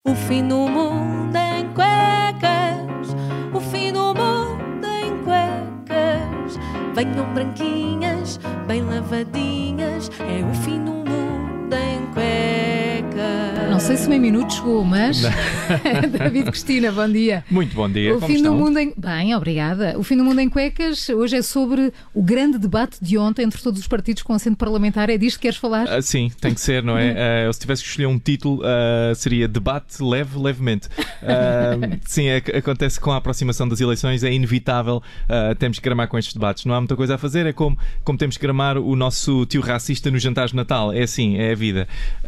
O fim do mundo em cuecas, o fim do mundo em cuecas. Venham branquinhas, bem lavadinhas, é o fim do mundo em cuecas. Não sei se meio minuto chegou, mas David Cristina, bom dia. Muito bom dia, O como fim do estão? mundo em... Bem, obrigada. O fim do mundo em cuecas hoje é sobre o grande debate de ontem entre todos os partidos com assento parlamentar. É disto que queres falar? Sim, tem que ser, não é? Eu, se tivesse que escolher um título, seria Debate Levemente. Sim, acontece com a aproximação das eleições, é inevitável, temos que gramar com estes debates. Não há muita coisa a fazer, é como temos que gramar o nosso tio racista nos jantares de Natal. É assim, é a vida.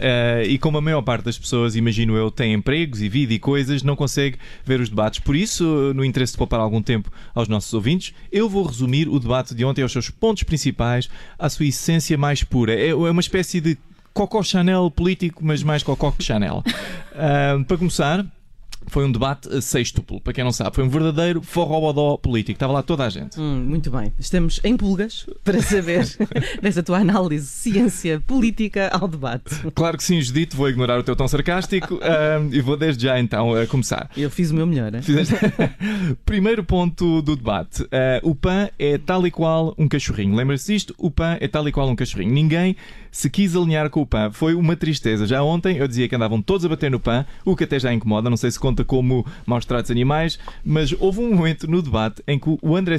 E como a maior parte das pessoas, imagino eu, tem empregos e vida e coisas, não consegue ver os debates. Por isso, no interesse de poupar algum tempo aos nossos ouvintes, eu vou resumir o debate de ontem aos seus pontos principais, à sua essência mais pura. É uma espécie de Coco Chanel político, mas mais Coco Chanel. Para começar, foi um debate sextuplo, para quem não sabe. Foi um verdadeiro forrobodó político. Estava lá toda a gente. Muito bem. Estamos em pulgas para saber dessa tua análise ciência política ao debate. Claro que sim, Judite. Vou ignorar o teu tom sarcástico e vou desde já então começar. Eu fiz o meu melhor, hein? Primeiro ponto do debate. O PAN é tal e qual um cachorrinho. Lembra-se disto? O PAN é tal e qual um cachorrinho. Ninguém se quis alinhar com o PAN. Foi uma tristeza. Já ontem eu dizia que andavam todos a bater no PAN, o que até já incomoda. Não sei se conta como maus tratos animais, mas houve um momento no debate em que o André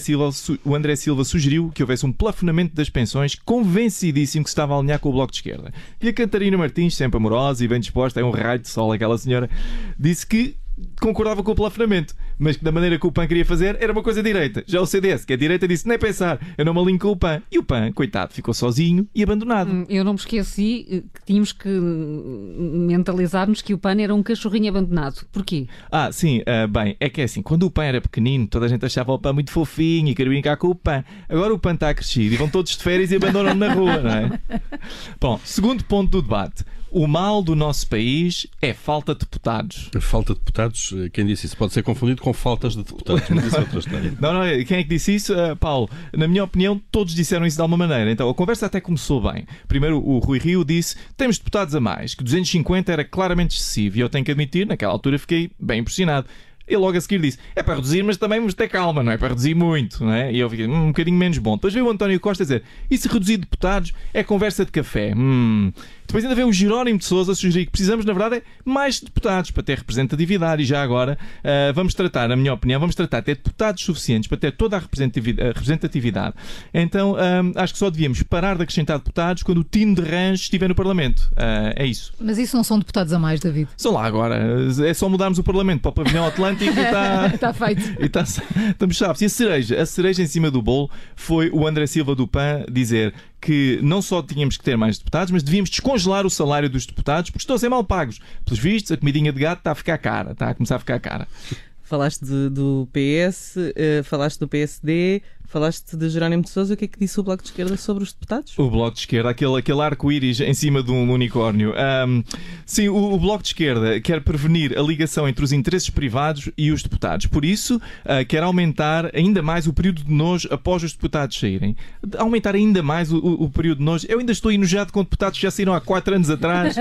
Silva sugeriu que houvesse um plafonamento das pensões, convencidíssimo que se estava a alinhar com o Bloco de Esquerda. E a Catarina Martins, sempre amorosa e bem disposta, é um raio de sol aquela senhora, disse que concordava com o plafonamento, mas que da maneira que o PAN queria fazer era uma coisa direita. Já o CDS, que é direita, disse nem pensar, eu não me alinho com o PAN. E o PAN, coitado, ficou sozinho e abandonado. Eu não me esqueci que tínhamos que mentalizar-nos que o PAN era um cachorrinho abandonado. Porquê? Sim, bem, é que é assim, quando o PAN era pequenino, toda a gente achava o PAN muito fofinho e queria brincar com o PAN. Agora o PAN está crescido e vão todos de férias e abandonam-no na rua, não é? Bom, segundo ponto do debate. O mal do nosso país é falta de deputados. A falta de deputados, quem disse isso? Pode ser confundido com faltas de deputados, mas isso é outra história. Não, quem é que disse isso? Paulo, na minha opinião, todos disseram isso de alguma maneira. Então a conversa até começou bem. Primeiro o Rui Rio disse, temos deputados a mais, que 250 era claramente excessivo. E eu tenho que admitir, naquela altura fiquei bem impressionado. Ele logo a seguir disse, é para reduzir, mas também vamos ter calma, não é para reduzir muito, não é? E eu fiquei, um bocadinho menos bom. Depois veio o António Costa dizer, e se reduzir deputados é conversa de café? Depois ainda veio o Jerónimo de Sousa a sugerir que precisamos, na verdade, mais deputados para ter representatividade. E já agora vamos tratar, na minha opinião, de ter deputados suficientes para ter toda a representatividade. Então acho que só devíamos parar de acrescentar deputados quando o Tino de Rãs estiver no Parlamento. É isso. Mas isso não são deputados a mais, David? São lá agora. É só mudarmos o Parlamento para o pavilhão Atlântico e está feito. E estamos chaves. E a cereja em cima do bolo foi o André Silva do PAN dizer que não só tínhamos que ter mais deputados, mas devíamos descongelar o salário dos deputados porque estão a ser mal pagos. Pelos vistos, a comidinha de gato está a ficar cara. Está a começar a ficar cara. Falaste do PS, falaste do PSD, falaste de Jerónimo de Sousa. O que é que disse o Bloco de Esquerda sobre os deputados? O Bloco de Esquerda, aquele arco-íris em cima de um unicórnio. Sim, o Bloco de Esquerda quer prevenir a ligação entre os interesses privados e os deputados. Por isso, quer aumentar ainda mais o período de nojo após os deputados saírem. Aumentar ainda mais o período de nojo. Eu ainda estou enojado com deputados que já saíram há 4 anos atrás.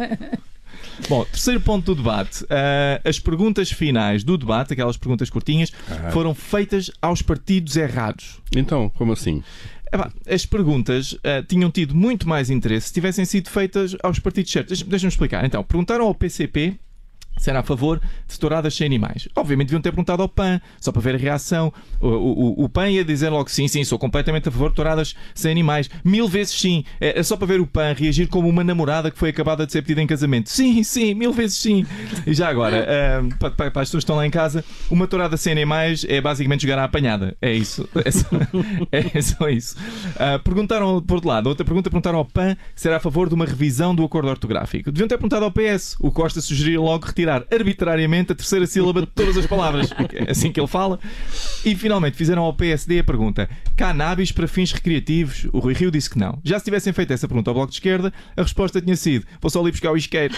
Bom, terceiro ponto do debate. As perguntas finais do debate, aquelas perguntas curtinhas, foram feitas aos partidos errados. Então, como assim? As perguntas tinham tido muito mais interesse se tivessem sido feitas aos partidos certos. Deixa-me explicar. Então, perguntaram ao PCP se era a favor de touradas sem animais. Obviamente deviam ter perguntado ao PAN, só para ver a reação. O PAN ia dizer logo sim, sou completamente a favor de touradas sem animais. 1000 vezes sim. É só para ver o PAN reagir como uma namorada que foi acabada de ser pedida em casamento. Sim, 1000 vezes sim. E já agora, para as pessoas que estão lá em casa, uma tourada sem animais é basicamente jogar à apanhada. É isso. É só isso. Perguntaram, por outro lado, outra pergunta, perguntaram ao PAN se era a favor de uma revisão do acordo ortográfico. Deviam ter perguntado ao PS. O Costa sugeriu logo retirar arbitrariamente a terceira sílaba de todas as palavras. É assim que ele fala. E finalmente fizeram ao PSD a pergunta: cannabis para fins recreativos? O Rui Rio disse que não. Já se tivessem feito essa pergunta ao Bloco de Esquerda, a resposta tinha sido: vou só ali buscar o isqueiro.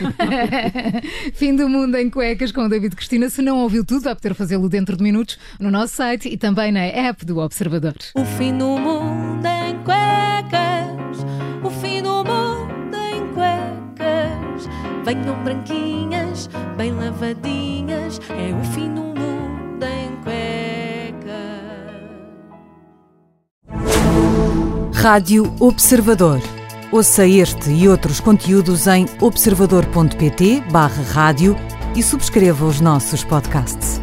Fim do mundo em cuecas com o David Cristina. Se não ouviu tudo, vai poder fazê-lo dentro de minutos no nosso site e também na app do Observador. O fim do mundo em cuecas, o fim do mundo em cuecas. Venham branquinhas, bem lavadinhas, é o fim do mundo em cuecas. Rádio Observador. Ouça este e outros conteúdos em observador.pt/rádio e subscreva os nossos podcasts.